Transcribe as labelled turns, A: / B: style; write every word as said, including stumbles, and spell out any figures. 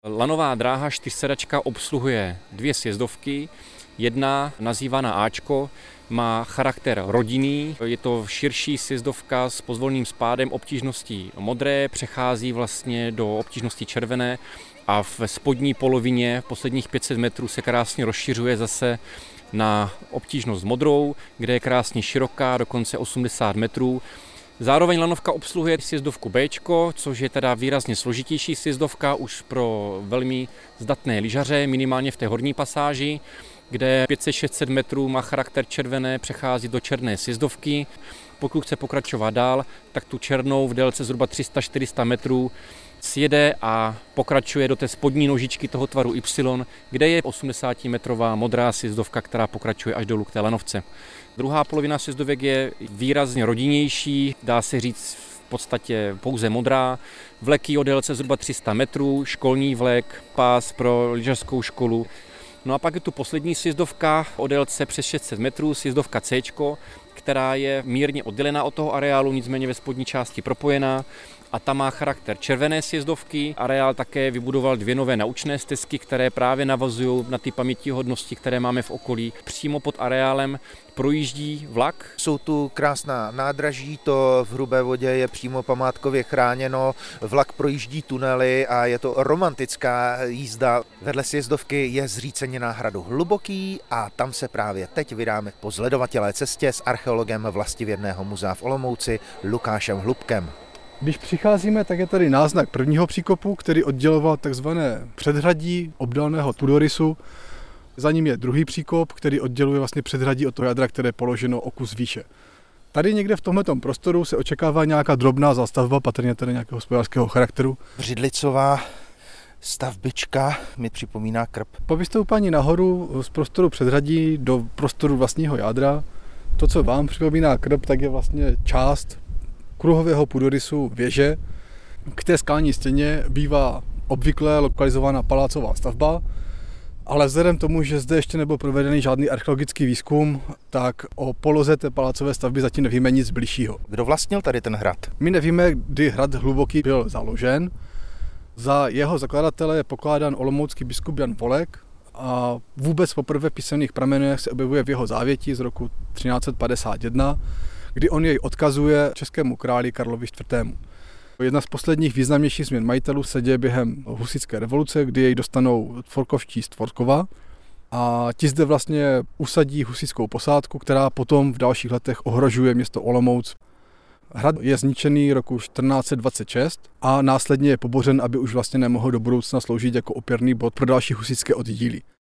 A: Lanová dráha čtyřsedačka obsluhuje dvě sjezdovky. Jedna, nazývaná Ačko, má charakter rodinný. Je to širší sjezdovka s pozvolným spádem obtížností modré, přechází vlastně do obtížnosti červené a v spodní polovině v posledních pět set metrů se krásně rozšiřuje zase na obtížnost modrou, kde je krásně široká, dokonce osmdesát metrů. Zároveň lanovka obsluhuje sjezdovku Bčko, což je teda výrazně složitější sjezdovka už pro velmi zdatné lyžaře, minimálně v té horní pasáži, kde pět set šest set metrů má charakter červené, přechází do černé sjezdovky. Pokud chce pokračovat dál, tak tu černou v délce zhruba tři sta čtyři sta metrů sjede a pokračuje do té spodní nožičky toho tvaru Y, kde je osmdesátimetrová modrá sjezdovka, která pokračuje až dolů k té lanovce. Druhá polovina sjezdovek je výrazně rodinnější, dá se říct v podstatě pouze modrá. Vleky o délce zhruba tři sta metrů, školní vlek, pás pro lyžařskou školu. No a pak je tu poslední sjezdovka o délce přes šest set metrů, sjezdovka C, která je mírně oddělená od toho areálu, nicméně ve spodní části propojená. A ta má charakter červené sjezdovky. Areál také vybudoval dvě nové naučné stezky, které právě navazují na ty pamětihodnosti, které máme v okolí. Přímo pod areálem projíždí vlak.
B: Jsou tu krásná nádraží, to v Hrubé Vodě je přímo památkově chráněno. Vlak projíždí tunely a je to romantická jízda. Vedle sjezdovky je zřícenina hradu Hluboký a tam se právě teď vydáme po zledovatělé cestě s archeologem Vlastivědného muzea v Olomouci Lukášem Hlubkem.
C: Když přicházíme, tak je tady náznak prvního příkopu, který odděloval takzvané předhradí obdélného půdorysu. Za ním je druhý příkop, který odděluje vlastně předhradí od toho jádra, které je položeno o kus výše. Tady někde v tomto prostoru se očekává nějaká drobná zástavba, patrně tady nějakého hospodářského charakteru.
B: Břidlicová stavbička mi připomíná krb.
C: Po vystoupání nahoru z prostoru předhradí do prostoru vlastního jádra, to, co vám připomíná krb, tak je vlastně část kruhového půdorysu věže. K té skalní stěně bývá obvykle lokalizovaná palácová stavba, ale vzhledem tomu, že zde ještě nebyl provedený žádný archeologický výzkum, tak o poloze té palácové stavby zatím nevíme nic bližšího.
B: Kdo vlastnil tady ten hrad?
C: My nevíme, kdy hrad Hluboký byl založen. Za jeho zakladatele je pokládán olomoucký biskup Jan Volek a vůbec poprvé v písemných pramenech se objevuje v jeho závěti z roku třináct set padesát jedna, kdy on jej odkazuje českému králi Karlovi čtvrtému. Jedna z posledních významnějších změn majitelů se děje během husitské revoluce, kdy jej dostanou tvorkovští z Tvorkova a ti zde vlastně usadí husitskou posádku, která potom v dalších letech ohrožuje město Olomouc. Hrad je zničený roku čtrnáct set dvacet šest a následně je pobořen, aby už vlastně nemohl do budoucna sloužit jako opěrný bod pro další husitské oddíly.